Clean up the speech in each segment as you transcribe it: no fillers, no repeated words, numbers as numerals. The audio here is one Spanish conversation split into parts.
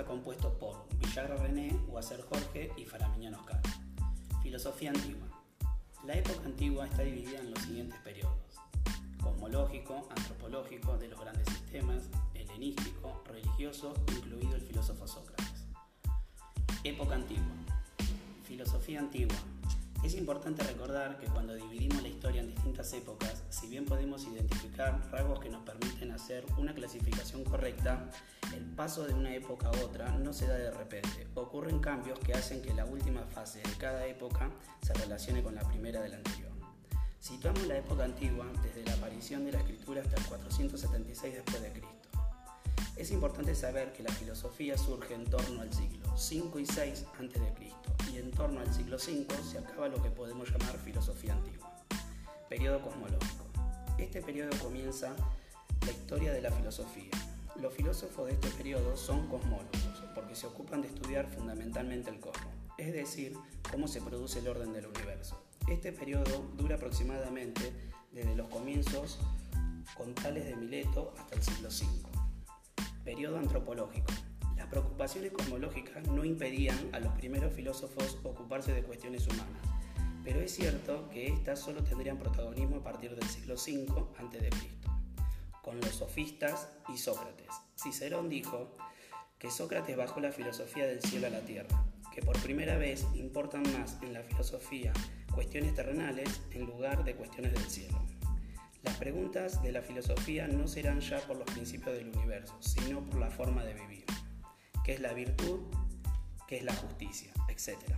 está compuesto por Villagra René, Wasser Jorge y Faramiñán Oscar. Filosofía antigua. La época antigua está dividida en los siguientes periodos: cosmológico, antropológico, de los grandes sistemas, helenístico, religioso, incluido el filósofo Sócrates. Época antigua. Filosofía antigua. Es importante recordar que cuando dividimos la historia en distintas épocas, si bien podemos identificar rasgos que nos permiten hacer una clasificación correcta, el paso de una época a otra no se da de repente. Ocurren cambios que hacen que la última fase de cada época se relacione con la primera de la anterior. Situamos la época antigua desde la aparición de la escritura hasta el 476 después de Cristo. Es importante saber que la filosofía surge en torno al siglo V y VI a.C. y en torno al siglo V se acaba lo que podemos llamar filosofía antigua. Periodo cosmológico. Este periodo comienza la historia de la filosofía. Los filósofos de este periodo son cosmólogos porque se ocupan de estudiar fundamentalmente el cosmos, es decir, cómo se produce el orden del universo. Este periodo dura aproximadamente desde los comienzos con Tales de Mileto hasta el siglo V. Periodo antropológico. Las preocupaciones cosmológicas no impedían a los primeros filósofos ocuparse de cuestiones humanas, pero es cierto que éstas solo tendrían protagonismo a partir del siglo V a.C., con los sofistas y Sócrates. Cicerón dijo que Sócrates bajó la filosofía del cielo a la tierra, que por primera vez importan más en la filosofía cuestiones terrenales en lugar de cuestiones del cielo. Las preguntas de la filosofía no serán ya por los principios del universo, sino por la forma de vivir. ¿Qué es la virtud? ¿Qué es la justicia? Etcétera.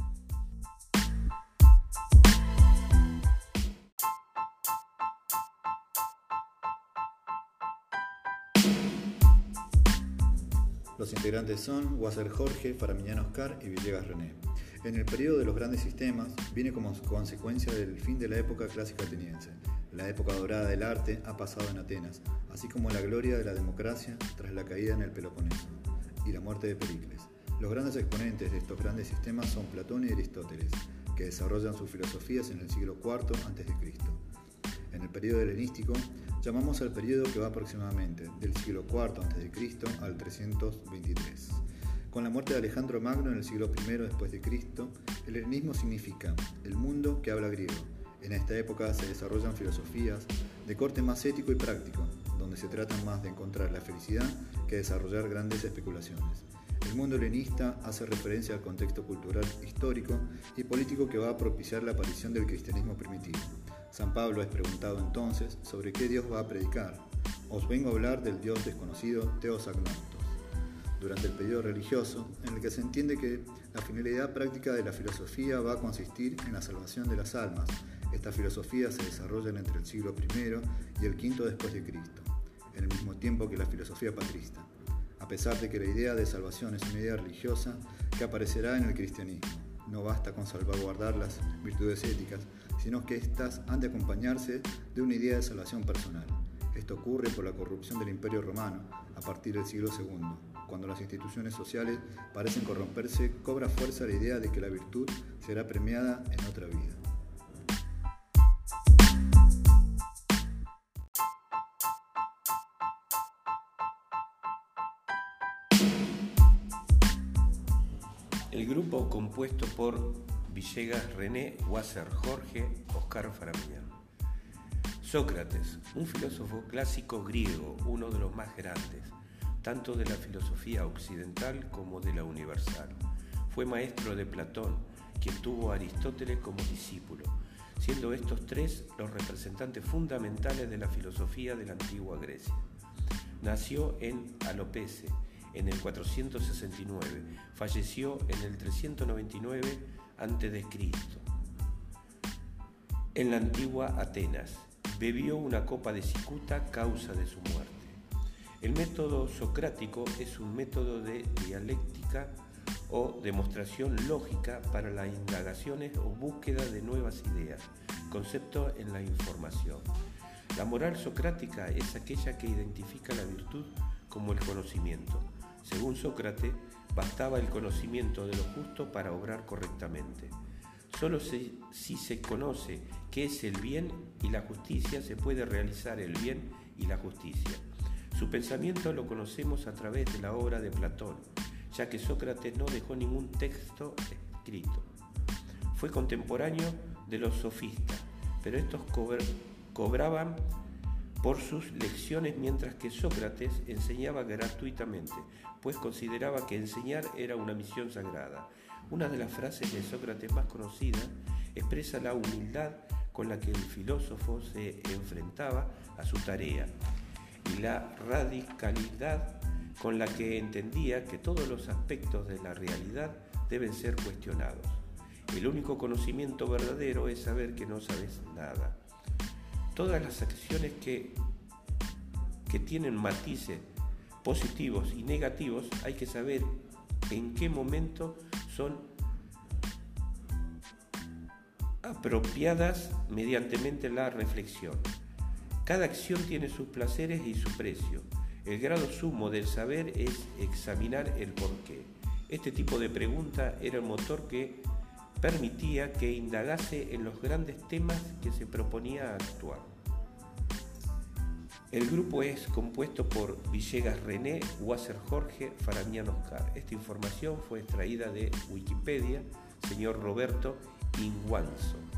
Los integrantes son Wasser Jorge, Faramiñán Oscar y Villegas René. En el periodo de los grandes sistemas viene como consecuencia del fin de la época clásica ateniense. La época dorada del arte ha pasado en Atenas, así como la gloria de la democracia tras la caída en el Peloponeso y la muerte de Pericles. Los grandes exponentes de estos grandes sistemas son Platón y Aristóteles, que desarrollan sus filosofías en el siglo IV a.C. En el periodo helenístico llamamos al periodo que va aproximadamente del siglo IV a.C. al 323. Con la muerte de Alejandro Magno en el siglo I después de Cristo, el helenismo significa el mundo que habla griego. En esta época se desarrollan filosofías de corte más ético y práctico, donde se trata más de encontrar la felicidad que desarrollar grandes especulaciones. El mundo helenista hace referencia al contexto cultural, histórico y político que va a propiciar la aparición del cristianismo primitivo. San Pablo es preguntado entonces sobre qué Dios va a predicar. Os vengo a hablar del Dios desconocido, Theos Agnostos. Durante el periodo religioso, en el que se entiende que la finalidad práctica de la filosofía va a consistir en la salvación de las almas. Estas filosofías se desarrollan entre el siglo I y el V después de Cristo, en el mismo tiempo que la filosofía patrista, a pesar de que la idea de salvación es una idea religiosa que aparecerá en el cristianismo. No basta con salvaguardar las virtudes éticas, sino que éstas han de acompañarse de una idea de salvación personal. Esto ocurre por la corrupción del Imperio Romano a partir del siglo II. Cuando las instituciones sociales parecen corromperse, cobra fuerza la idea de que la virtud será premiada en otra vida. El grupo compuesto por Villegas René, Wasser Jorge, Oscar Faramiñán. Sócrates, un filósofo clásico griego, uno de los más grandes, tanto de la filosofía occidental como de la universal. Fue maestro de Platón, quien tuvo a Aristóteles como discípulo, siendo estos tres los representantes fundamentales de la filosofía de la antigua Grecia. Nació en Alopece, en el 469, falleció en el 399 a.C. En la antigua Atenas, bebió una copa de cicuta causa de su muerte. El método socrático es un método de dialéctica o demostración lógica para las indagaciones o búsqueda de nuevas ideas, conceptos en la información. La moral socrática es aquella que identifica la virtud como el conocimiento. Según Sócrates, bastaba el conocimiento de lo justo para obrar correctamente. Solo si se conoce qué es el bien y la justicia, se puede realizar el bien y la justicia. Su pensamiento lo conocemos a través de la obra de Platón, ya que Sócrates no dejó ningún texto escrito. Fue contemporáneo de los sofistas, pero estos cobraban por sus lecciones, mientras que Sócrates enseñaba gratuitamente, pues consideraba que enseñar era una misión sagrada. Una de las frases de Sócrates más conocidas expresa la humildad con la que el filósofo se enfrentaba a su tarea y la radicalidad con la que entendía que todos los aspectos de la realidad deben ser cuestionados. El único conocimiento verdadero es saber que no sabes nada. Todas las acciones que tienen matices positivos y negativos hay que saber en qué momento son apropiadas mediante la reflexión. Cada acción tiene sus placeres y su precio. El grado sumo del saber es examinar el porqué. Este tipo de pregunta era el motor que permitía que indagase en los grandes temas que se proponía actuar. El grupo es compuesto por Villegas René, Wasser Jorge, Faramian Oscar. Esta información fue extraída de Wikipedia, señor Roberto Inguanzo.